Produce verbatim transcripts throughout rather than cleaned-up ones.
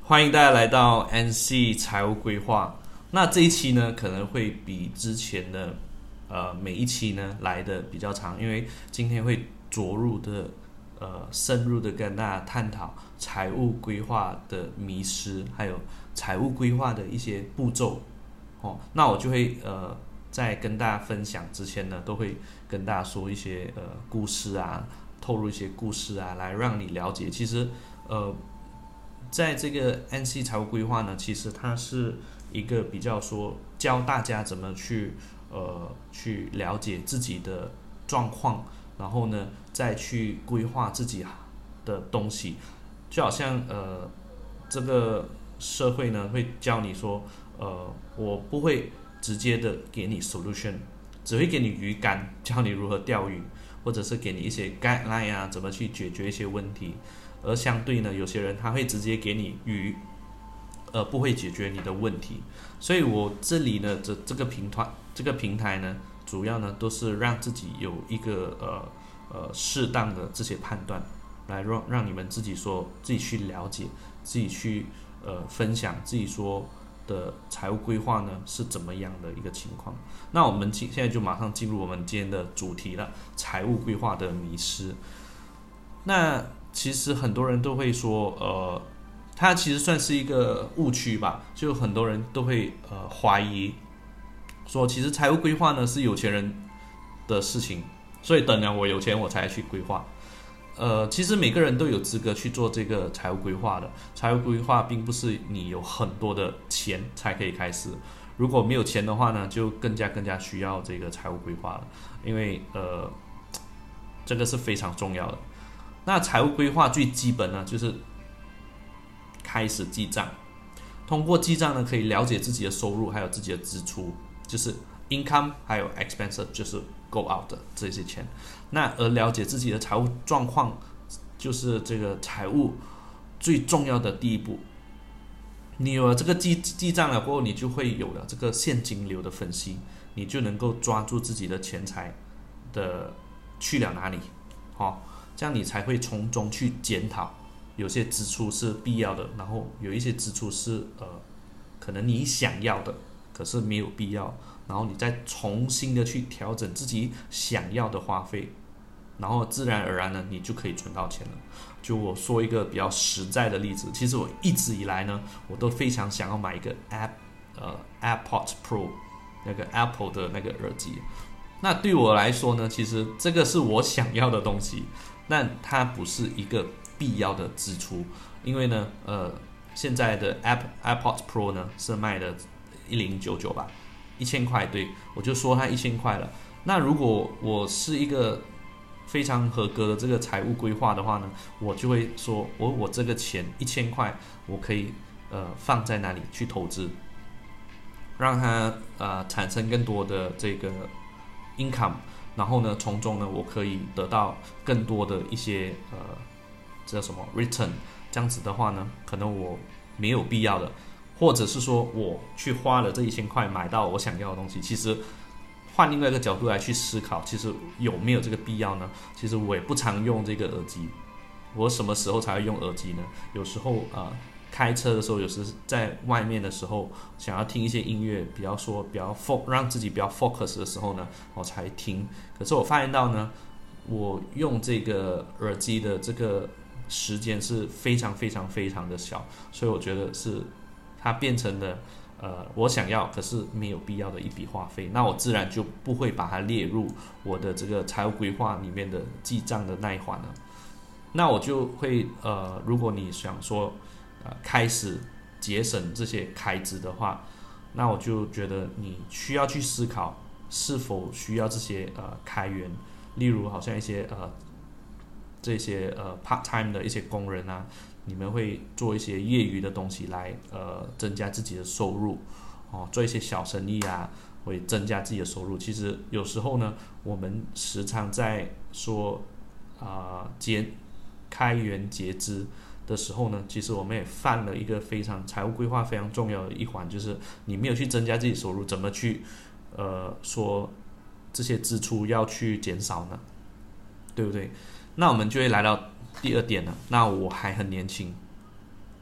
欢迎大家来到 N C 财务规划。那这一期呢，可能会比之前的呃每一期呢来的比较长，因为今天会着入的呃深入的跟大家探讨财务规划的迷失，还有财务规划的一些步骤。哦，那我就会呃在跟大家分享之前呢，都会跟大家说一些呃故事啊，透露一些故事啊，来让你了解，其实呃。在这个 N C 财务规划呢，其实它是一个比较说教大家怎么去呃去了解自己的状况，然后呢再去规划自己的东西，就好像呃这个社会呢会教你说，呃我不会直接的给你 solution， 只会给你鱼竿，教你如何钓鱼，或者是给你一些 guideline 啊，怎么去解决一些问题。而相对呢，有些人他会直接给你鱼，而不会解决你的问题。所以我这里呢，这这个平台这个平台呢，主要呢都是让自己有一个呃呃适当的这些判断，来让让你们自己说自己去了解，自己去呃分享自己说的财务规划呢是怎么样的一个情况。那我们现在就马上进入我们今天的主题了，财务规划的迷失。那其实很多人都会说，呃，它其实算是一个误区吧，就很多人都会呃怀疑，说其实财务规划呢是有钱人的事情，所以等了我有钱我才去规划。呃，其实每个人都有资格去做这个财务规划的，财务规划并不是你有很多的钱才可以开始，如果没有钱的话呢，就更加更加需要这个财务规划了，因为呃，这个是非常重要的。那财务规划最基本呢，就是开始记账。通过记账呢，可以了解自己的收入，还有自己的支出，就是 income 还有 expense， 就是 go out 的这些钱。那而了解自己的财务状况，就是这个财务最重要的第一步。你有了这个记记账了过后，你就会有了这个现金流的分析，你就能够抓住自己的钱财的去了哪里，好、哦。这样你才会从中去检讨，有些支出是必要的，然后有一些支出是呃，可能你想要的，可是没有必要，然后你再重新的去调整自己想要的花费，然后自然而然呢，你就可以存到钱了。就我说一个比较实在的例子，其实我一直以来呢，我都非常想要买一个 App 呃 AirPods Pro 那个 Apple 的那个耳机。那对我来说呢，其实这个是我想要的东西。但它不是一个必要的支出，因为呢，呃，现在的 App AirPods Pro 呢是卖的一零九九吧，一千块，对，我就说它一千块了。那如果我是一个非常合格的这个财务规划的话呢，我就会说，我我这个钱一千块，我可以呃放在哪里去投资，让它呃产生更多的这个 income。然后呢，从中呢，我可以得到更多的一些呃，这叫什么 return？ 这样子的话呢，可能我没有必要的，或者是说我去花了这一千块买到我想要的东西，其实换另外一个角度来去思考，其实有没有这个必要呢？其实我也不常用这个耳机，我什么时候才会用耳机呢？有时候呃。开车的时候，有时在外面的时候，想要听一些音乐，比较说比较 focus， 让自己比较 focus 的时候呢，我才听。可是我发现到呢，我用这个耳机的这个时间是非常非常非常的小，所以我觉得是它变成了呃我想要可是没有必要的一笔花费，那我自然就不会把它列入我的这个财务规划里面的记账的那一环了。那我就会呃，如果你想说。呃，开始节省这些开支的话，那我就觉得你需要去思考是否需要这些呃开源，例如好像一些呃这些呃 part time 的一些工人啊，你们会做一些业余的东西来呃增加自己的收入哦，做一些小生意啊，会增加自己的收入。其实有时候呢，我们时常在说啊、呃、节开源节支。的时候呢，其实我们也犯了一个非常财务规划非常重要的一环，就是你没有去增加自己收入，怎么去呃说这些支出要去减少呢？对不对？那我们就会来到第二点了。那我还很年轻，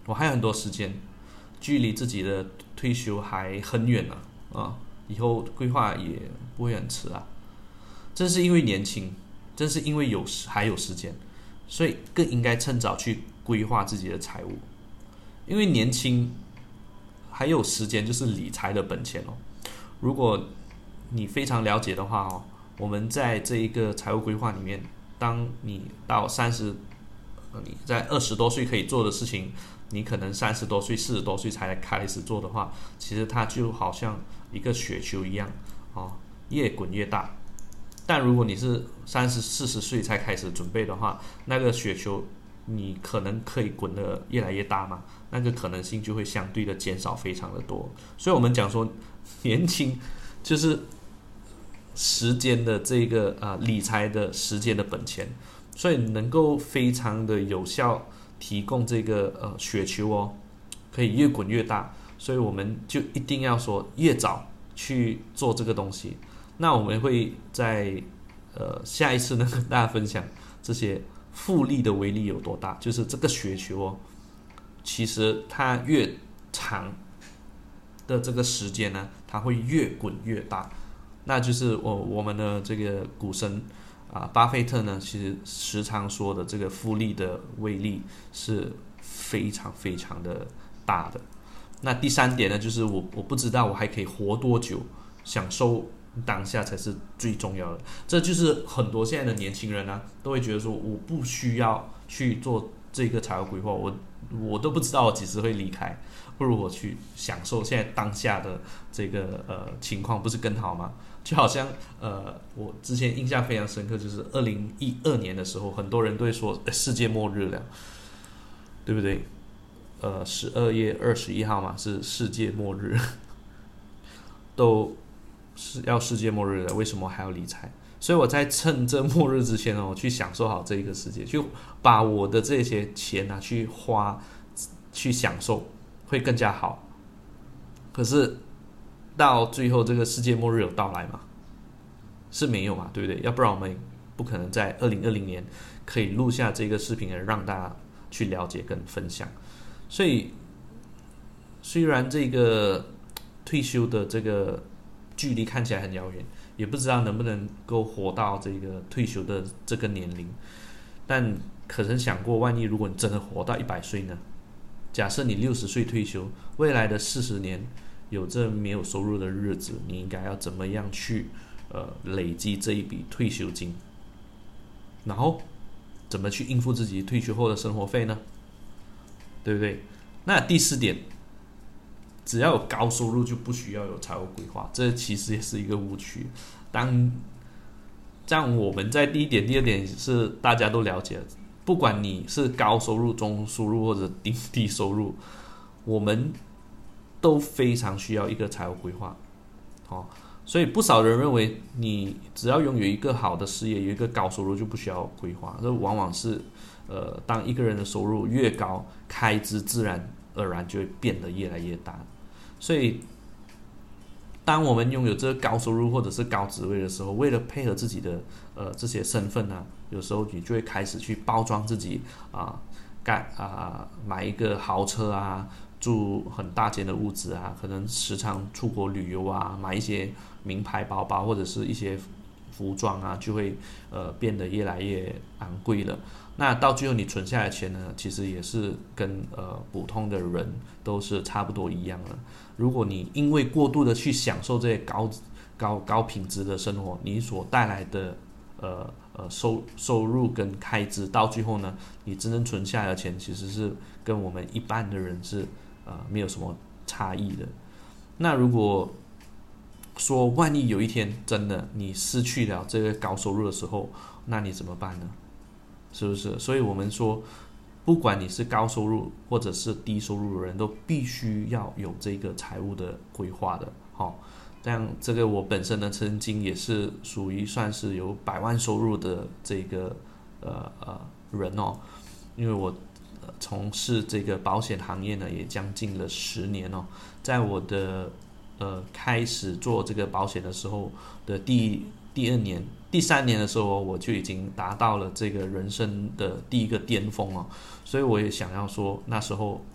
我还有很多时间，距离自己的退休还很远呢啊，以后规划也不会很迟啊。正是因为年轻，正是因为有还有时间，所以更应该趁早去规划自己的财务。因为年轻还有时间，就是理财的本钱哦。如果你非常了解的话哦，我们在这一个财务规划里面，当你到三十，你在二十多岁可以做的事情，你可能三十多岁、四十多岁才开始做的话，其实它就好像一个雪球一样哦，越滚越大。但如果你是三十四十岁才开始准备的话，那个雪球你可能可以滚得越来越大嘛，那个可能性就会相对的减少非常的多。所以我们讲说，年轻就是时间的这个啊、呃、理财的时间的本钱，所以能够非常的有效提供这个呃雪球哦，可以越滚越大。所以我们就一定要说越早去做这个东西。那我们会在呃下一次呢跟大家分享这些复利的威力有多大，就是这个雪球哦，其实它越长的这个时间呢，它会越滚越大。那就是我我们的这个股神啊，巴菲特呢，其实时常说的这个复利的威力是非常非常的大的。那第三点呢，就是我我不知道我还可以活多久，享受当下才是最重要的。这就是很多现在的年轻人啊，都会觉得说，我不需要去做这个财务规划，我我都不知道我几时会离开，不如我去享受现在当下的这个呃情况，不是更好吗？就好像呃，我之前印象非常深刻，就是二零一二年的时候，很多人都会说世界末日了，对不对？呃，十二月二十一号嘛，是世界末日，都是要世界末日了，为什么还要理财？所以我在趁这末日之前呢，我去享受好这一个世界，去把我的这些钱拿去花，去享受，会更加好。可是到最后，这个世界末日有到来吗？是没有嘛，对不对？要不然我们不可能在二零二零年可以录下这个视频，让大家去了解跟分享。所以，虽然这个退休的这个距离看起来很遥远，也不知道能不能够活到这个退休的这个年龄，但可曾想过，万一如果你真的活到一百岁呢？假设你六十岁退休，未来的四十年有这没有收入的日子，你应该要怎么样去呃累积这一笔退休金？然后怎么去应付自己退休后的生活费呢？对不对？那第四点，只要有高收入就不需要有财务规划，这其实也是一个误区。当这样，我们在第一点、第二点是大家都了解的，不管你是高收入、中收入或者低低收入，我们都非常需要一个财务规划。哦，所以不少人认为，你只要拥有一个好的事业，有一个高收入就不需要规划，这往往是呃，当一个人的收入越高，开支自然而然就会变得越来越大。所以，当我们拥有这个高收入或者是高职位的时候，为了配合自己的呃这些身份啊，有时候你就会开始去包装自己啊，干啊买一个豪车啊，住很大间的屋子啊，可能时常出国旅游啊，买一些名牌包包或者是一些服装啊，就会呃变得越来越昂贵了。那到最后你存下来的钱呢，其实也是跟呃普通的人都是差不多一样的。如果你因为过度的去享受这些高高高品质的生活，你所带来的呃呃收收入跟开支，到最后呢，你真正存下来的钱其实是跟我们一般的人是呃没有什么差异的。那如果说万一有一天真的你失去了这个高收入的时候，那你怎么办呢？是不是？所以我们说，不管你是高收入或者是低收入的人，都必须要有这个财务的规划的。好、哦，这样这个我本身呢，曾经也是属于算是有百万收入的这个呃呃人哦，因为我、呃、从事这个保险行业呢，也将近了十年哦，在我的呃开始做这个保险的时候的第第二年。第三年的时候，我就已经达到了这个人生的第一个巅峰哦，所以我也想要说，那时候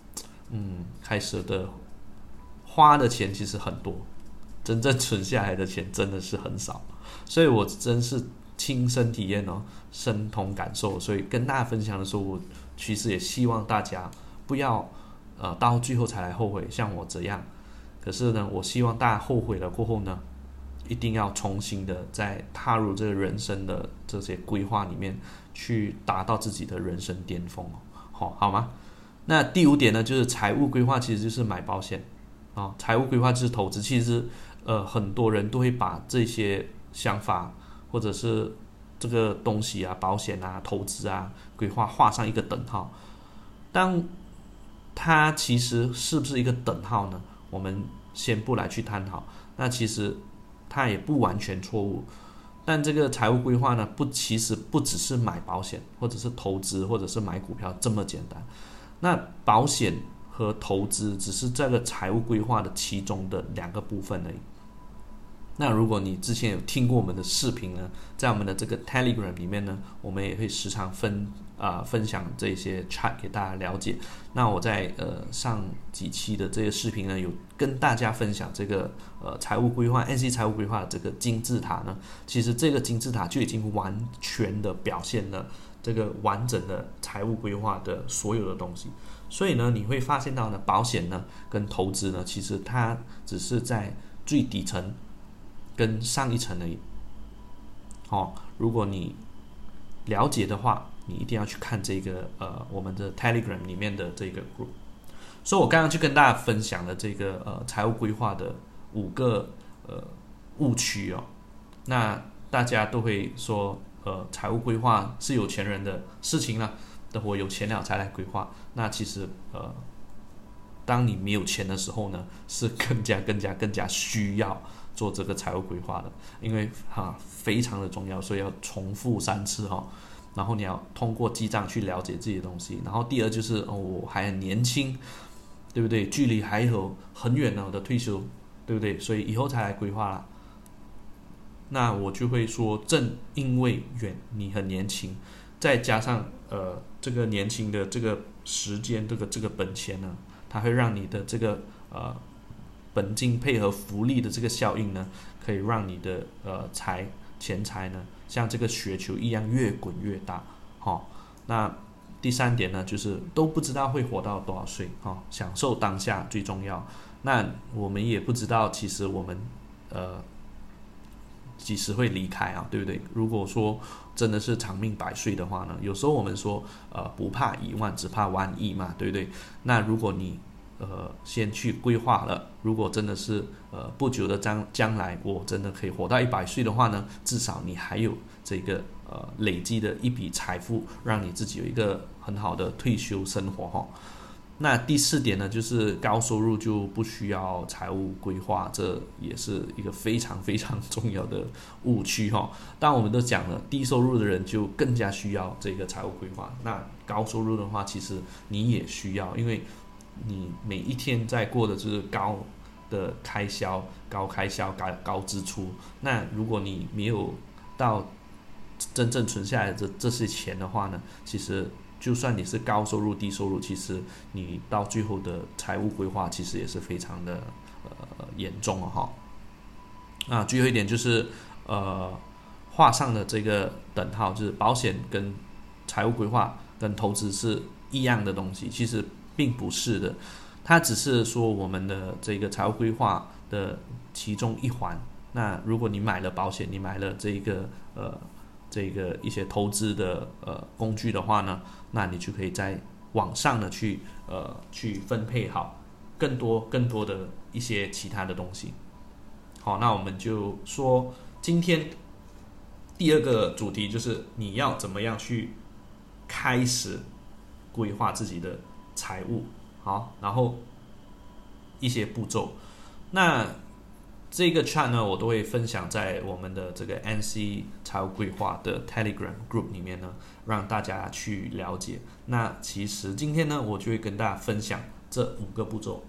嗯，开始的花的钱其实很多，真正存下来的钱真的是很少，所以我真是亲身体验哦，身同感受，所以跟大家分享的时候，我其实也希望大家不要呃到最后才来后悔，像我这样。可是呢，我希望大家后悔了过后呢，一定要重新的再踏入这个人生的这些规划里面，去达到自己的人生巅峰哦，好，好吗？那第五点呢，就是财务规划，其实就是买保险啊、哦。财务规划就是投资，其实呃很多人都会把这些想法或者是这个东西啊，保险啊、投资啊、规划画上一个等号。当它其实是不是一个等号呢？我们先不来去探讨。那其实它也不完全错误，但这个财务规划呢，不，其实不只是买保险，或者是投资，或者是买股票这么简单。那保险和投资只是这个财务规划的其中的两个部分而已。那如果你之前有听过我们的视频呢，在我们的这个 Telegram 里面呢，我们也会时常分啊、呃、分享这些 chat 给大家了解。那我在呃上几期的这些视频呢，有跟大家分享这个呃财务规划 N C 财务规划的这个金字塔呢，其实这个金字塔就已经完全的表现了这个完整的财务规划的所有的东西。所以呢，你会发现到呢，保险呢跟投资呢，其实它只是在最底层跟上一层而已。哦，如果你了解的话，你一定要去看这个呃我们的 Telegram 里面的这个 group。所以我刚刚去跟大家分享了这个呃财务规划的五个呃误区哦。那大家都会说呃财务规划是有钱人的事情啦，等我有钱了才来规划。那其实呃当你没有钱的时候呢，是更加更加更加需要做这个财务规划的，因为哈、啊、非常的重要，所以要重复三次哈、哦。然后你要通过记账去了解这些东西。然后第二就是哦，我还很年轻，对不对？距离还有很远呢，我的退休，对不对？所以以后才来规划啦。那我就会说，正因为远，你很年轻，再加上呃这个年轻的这个时间，这个这个本钱呢，它会让你的这个呃本金配合复利的这个效应呢，可以让你的呃财钱财呢，像这个雪球一样越滚越大。好、哦，那第三点呢，就是都不知道会活到多少岁，哈、哦，享受当下最重要。那我们也不知道，其实我们呃几时会离开啊，对不对？如果说真的是长命百岁的话呢，有时候我们说呃不怕一万，只怕万一嘛，对不对？那如果你呃先去规划了，如果真的是呃不久的将将来，我真的可以活到一百岁的话呢，至少你还有这个呃累积的一笔财富，让你自己有一个很好的退休生活哈。那第四点呢，就是高收入就不需要财务规划，这也是一个非常非常重要的误区哈。当我们都讲了，低收入的人就更加需要这个财务规划。那高收入的话，其实你也需要，因为你每一天在过的就是高的开销、高开销、高高支出。那如果你没有到真正存下来的这这些钱的话呢，其实就算你是高收入、低收入，其实你到最后的财务规划其实也是非常的呃严重了哈。啊，最后一点就是呃画上的这个等号，就是保险跟财务规划跟投资是一样的东西，其实并不是的，它只是说我们的这个财务规划的其中一环。那如果你买了保险，你买了这个呃这个一些投资的呃工具的话呢，那你就可以在网上呢去呃去分配好更多更多的一些其他的东西。好，那我们就说今天第二个主题就是你要怎么样去开始规划自己的财务。好，然后一些步骤。那这个 chat 呢，我都会分享在我们的这个 N C 财务规划的 Telegram group 里面呢，让大家去了解。那其实今天呢，我就会跟大家分享这五个步骤。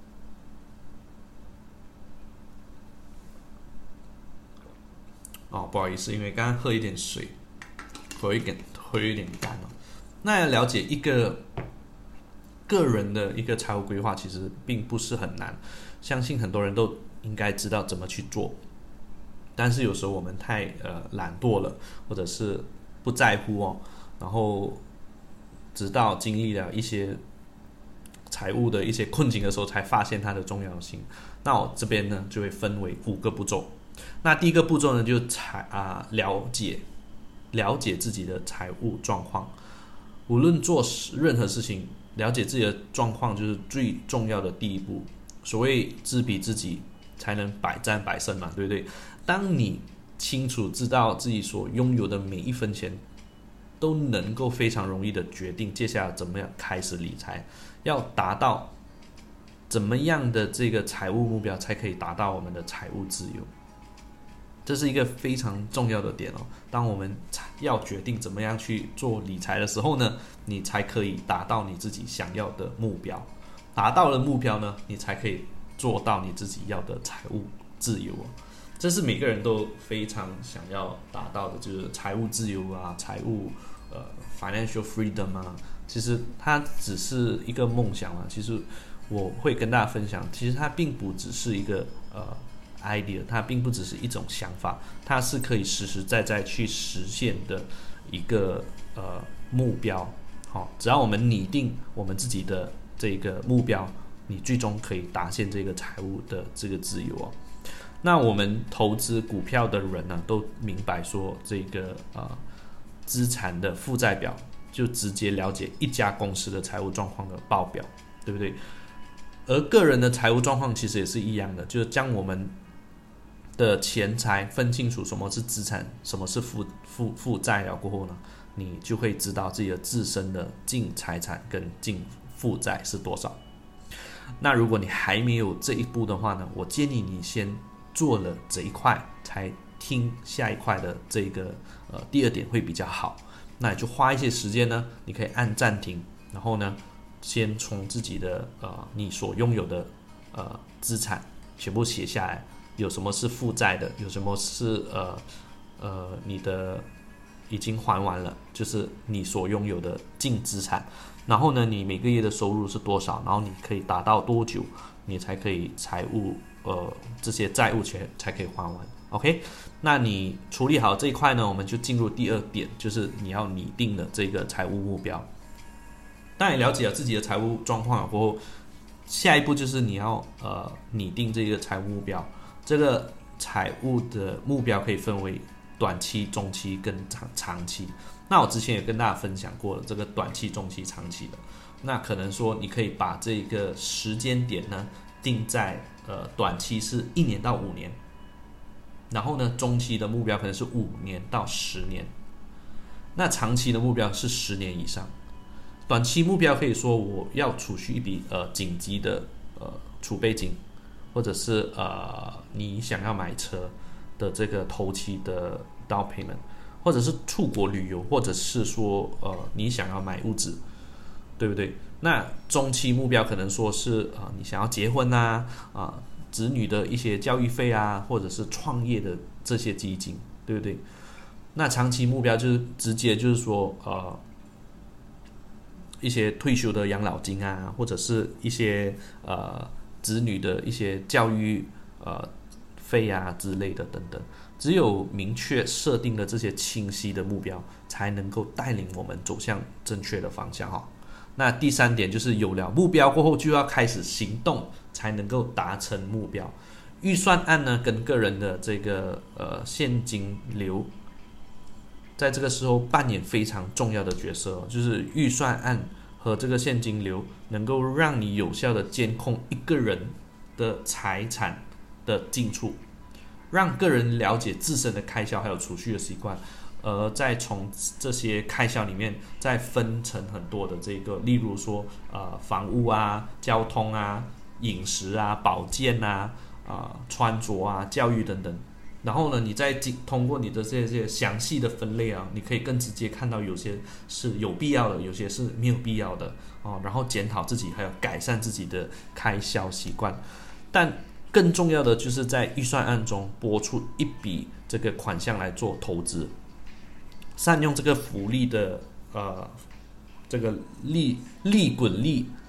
哦，不好意思，因为刚刚喝一点水，口有一点口有一点干了。那要了解一个个人的一个财务规划其实并不是很难，相信很多人都应该知道怎么去做。但是有时候我们太呃懒惰了，或者是不在乎哦，然后直到经历了一些财务的一些困境的时候，才发现它的重要性。那我这边呢就会分为五个步骤。那第一个步骤呢，就财啊了解了解自己的财务状况。无论做任何事情，了解自己的状况就是最重要的第一步。所谓知彼知己，才能百战百胜嘛，对不对？当你清楚知道自己所拥有的每一分钱，都能够非常容易的决定接下来怎么样开始理财，要达到怎么样的这个财务目标，才可以达到我们的财务自由。这是一个非常重要的点哦。当我们要决定怎么样去做理财的时候呢，你才可以达到你自己想要的目标。达到了目标呢，你才可以做到你自己要的财务自由哦。这是每个人都非常想要达到的，就是财务自由啊，财务呃 financial freedom 啊。其实它只是一个梦想嘛。其实我会跟大家分享，其实它并不只是一个呃。idea， 它并不只是一种想法，它是可以实实在在去实现的一个呃目标。好、哦，只要我们拟定我们自己的这个目标，你最终可以达现这个财务的这个自由哦。那我们投资股票的人呢，都明白说这个呃资产的负债表，就直接了解一家公司的财务状况的报表，对不对？而个人的财务状况其实也是一样的，就是将我们的钱财分清楚什么是资产，什么是负负负债了过后呢，你就会知道自己的自身的净财产跟净负债是多少。那如果你还没有这一步的话呢，我建议你先做了这一块，才听下一块的这个呃第二点会比较好。那你就花一些时间呢，你可以按暂停，然后呢，先从自己的呃你所拥有的呃资产全部写下来。有什么是负债的，有什么是呃呃你的已经还完了，就是你所拥有的净资产。然后呢，你每个月的收入是多少，然后你可以达到多久，你才可以财务呃这些债务钱才可以还完。OK， 那你处理好这一块呢，我们就进入第二点，就是你要拟定的这个财务目标。当你了解了自己的财务状况了过后，下一步就是你要呃拟定这个财务目标。这个财务的目标可以分为短期、中期跟长长期。那我之前也跟大家分享过了，这个短期、中期、长期的。那可能说你可以把这个时间点呢定在呃短期是一年到五年，然后呢中期的目标可能是五年到十年，那长期的目标是十年以上。短期目标可以说我要储蓄一笔呃紧急的呃储备金。或者是呃你想要买车的这个头期的 down payment， 或者是出国旅游，或者是说呃你想要买屋子，对不对？那中期目标可能说是呃你想要结婚啊，啊、呃、子女的一些教育费啊，或者是创业的这些基金，对不对？那长期目标就是直接就是说呃一些退休的养老金啊，或者是一些呃子女的一些教育呃费啊之类的等等。只有明确设定了这些清晰的目标，才能够带领我们走向正确的方向哈。那第三点就是有了目标过后，就要开始行动，才能够达成目标。预算案呢，跟个人的这个呃现金流，在这个时候扮演非常重要的角色哦，就是预算案和这个现金流能够让你有效的监控一个人的财产的进出，让个人了解自身的开销还有储蓄的习惯，而再从这些开销里面再分成很多的这个，例如说呃房屋啊、交通啊、饮食啊、保健啊、呃穿着啊、教育等等。然后呢，你再通过你的这些详细的分类啊，你可以更直接看到有些是有必要的，有些是没有必要的哦。然后检讨自己，还有改善自己的开销习惯。但更重要的就是在预算案中拨出一笔这个款项来做投资，善用这个复利的呃这个利利滚利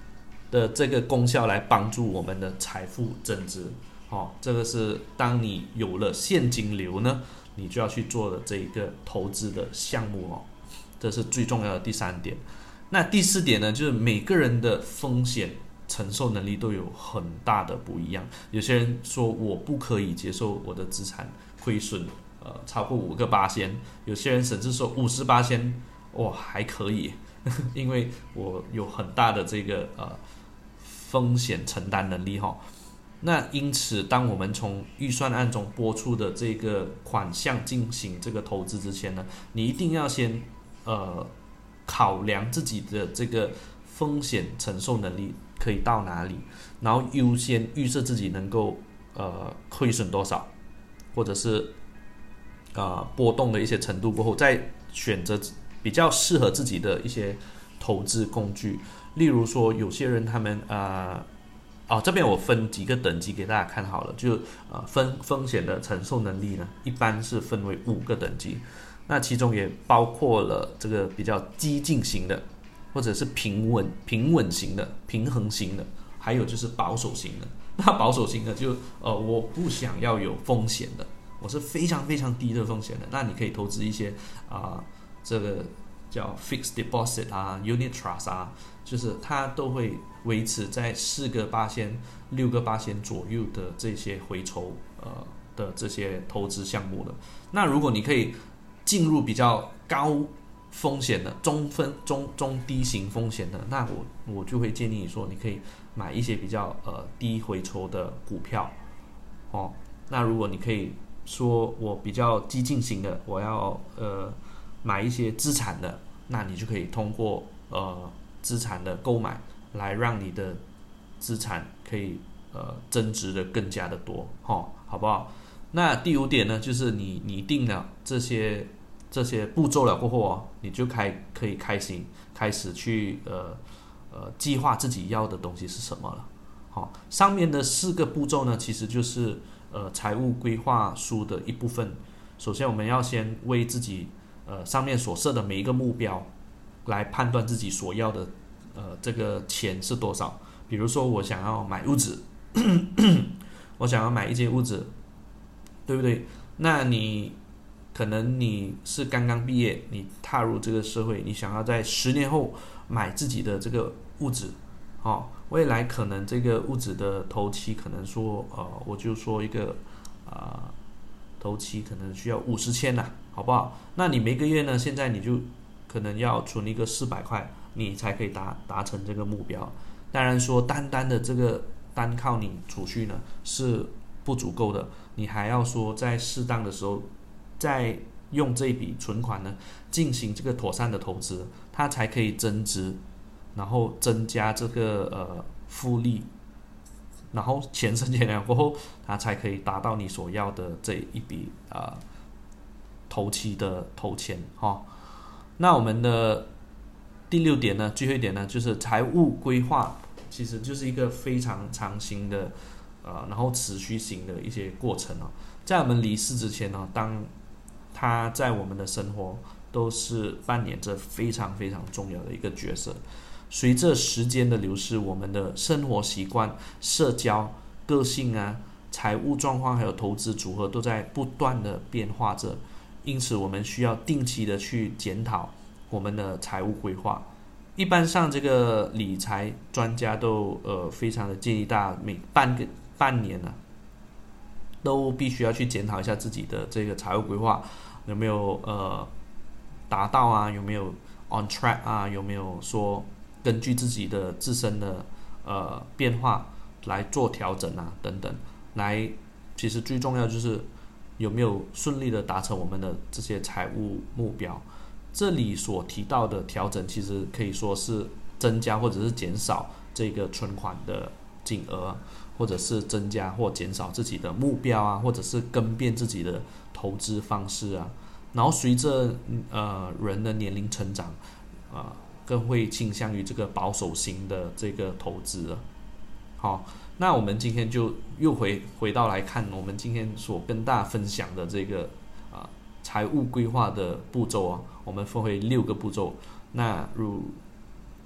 的这个功效来帮助我们的财富增值。哦，这个是当你有了现金流呢，你就要去做的这一个投资的项目哦，这是最重要的第三点。那第四点呢，就是每个人的风险承受能力都有很大的不一样。有些人说我不可以接受我的资产亏损，呃，超过五个八仙；有些人甚至说五十八仙，哇，还可以，呵呵，因为我有很大的这个呃风险承担能力哈、哦。那因此，当我们从预算案中拨出的这个款项进行这个投资之前呢，你一定要先呃考量自己的这个风险承受能力可以到哪里，然后优先预设自己能够呃亏损多少，或者是呃波动的一些程度过后，再选择比较适合自己的一些投资工具。例如说，有些人他们呃。哦，这边我分几个等级给大家看好了，就呃风风险的承受能力呢，一般是分为五个等级，那其中也包括了这个比较激进型的，或者是平稳平稳型的、平衡型的，还有就是保守型的。那保守型的就呃我不想要有风险的，我是非常非常低的风险的，那你可以投资一些啊、呃、这个叫 fixed deposit 啊 unit trust 啊，就是它都会维持在四个八仙、六个八仙左右的这些回酬呃的这些投资项目的。那如果你可以进入比较高风险的中分中中低型风险的，那我我就会建议你说，你可以买一些比较呃低回酬的股票哦。那如果你可以说我比较激进型的，我要呃买一些资产的，那你就可以通过呃资产的购买来让你的资产可以呃增值的更加的多，哦，好不好？那第五点呢，就是你你定了这些这些步骤了过后哦，你就开可以开始开始去呃呃计划自己要的东西是什么了。好、哦，上面的四个步骤呢，其实就是呃财务规划书的一部分。首先，我们要先为自己呃上面所设的每一个目标来判断自己所要的呃这个钱是多少。比如说，我想要买屋子，我想要买一间屋子，对不对？那你可能你是刚刚毕业，你踏入这个社会，你想要在十年后买自己的这个屋子，哦，未来可能这个屋子的头期可能说，呃，我就说一个啊、呃，头期可能需要五十千呐，好不好？那你每个月呢，现在你就可能要存一个四百块，你才可以达达成这个目标。当然说，单单的这个单靠你储蓄呢是不足够的，你还要说在适当的时候，再用这笔存款呢进行这个妥善的投资，它才可以增值，然后增加这个呃复利，然后钱生钱了过后，它才可以达到你所要的这一笔啊、呃、头期的投钱哈、哦。那我们的第六点呢，最后一点呢，就是财务规划，其实就是一个非常长型的，呃，然后持续型的一些过程哦。在我们离世之前呢，当它在我们的生活都是扮演着非常非常重要的一个角色。随着时间的流逝，我们的生活习惯、社交、个性啊、财务状况还有投资组合都在不断的变化着，因此我们需要定期的去检讨我们的财务规划。一般上，这个理财专家都呃非常的建议大家每半个半年呢、啊，都必须要去检讨一下自己的这个财务规划有没有呃达到啊，有没有 on track 啊，有没有说根据自己的自身的呃变化来做调整啊等等，来其实最重要就是有没有顺利的达成我们的这些财务目标。这里所提到的调整，其实可以说是增加或者是减少这个存款的金额，或者是增加或减少自己的目标啊，或者是更变自己的投资方式啊。然后随着呃人的年龄成长，啊、呃，更会倾向于这个保守型的这个投资了。好，那我们今天就又回回到来看我们今天所跟大家分享的这个啊、呃、财务规划的步骤啊，我们分为六个步骤。那如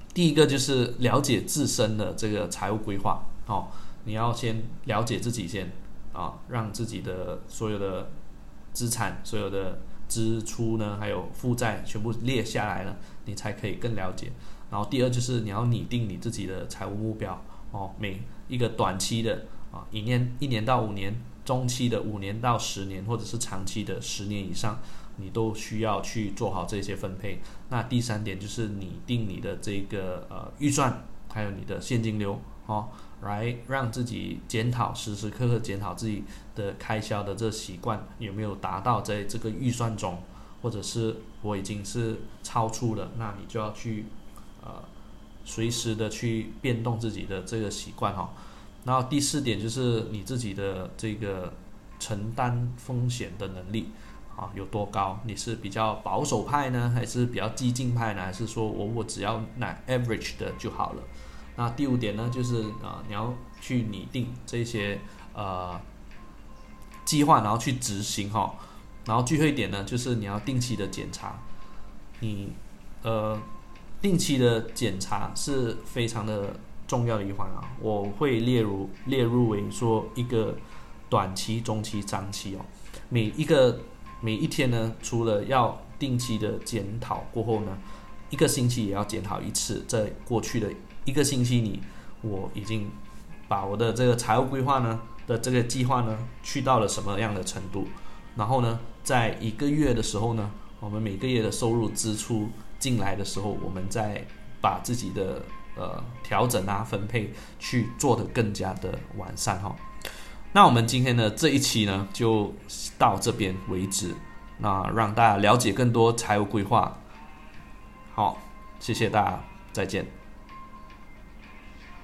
第一个就是了解自身的这个财务规划，哦，你要先了解自己先啊，让自己的所有的资产、所有的支出呢，还有负债全部列下来了，你才可以更了解。然后第二就是你要拟定你自己的财务目标哦，每一个短期的啊，一年一年到五年，中期的五年到十年，或者是长期的十年以上，你都需要去做好这些分配。那第三点就是拟定你的这个呃预算，还有你的现金流哦，来让自己检讨，时时刻刻检讨自己的开销的这习惯有没有达到在这个预算中，或者是我已经是超出了，那你就要去呃随时的去变动自己的这个习惯哈。然后第四点就是你自己的这个承担风险的能力啊有多高？你是比较保守派呢，还是比较激进派呢？还是说我我只要拿 average 的就好了？那第五点呢，就是啊、呃、你要去拟定这些呃计划，然后去执行哈。然后最后一点呢，就是你要定期的检查，你呃定期的检查是非常的重要的一环啊，我会列入列入为说一个短期、中期、长期哦。每一个每一天呢，除了要定期的检讨过后呢，一个星期也要检讨一次。在过去的一个星期里，我已经把我的这个财务规划呢的这个计划呢去到了什么样的程度？然后呢，在一个月的时候呢，我们每个月的收入支出进来的时候，我们再把自己的呃调整啊分配去做得更加的完善哈。那我们今天的这一期呢就到这边为止，那让大家了解更多财务规划。好，谢谢大家，再见。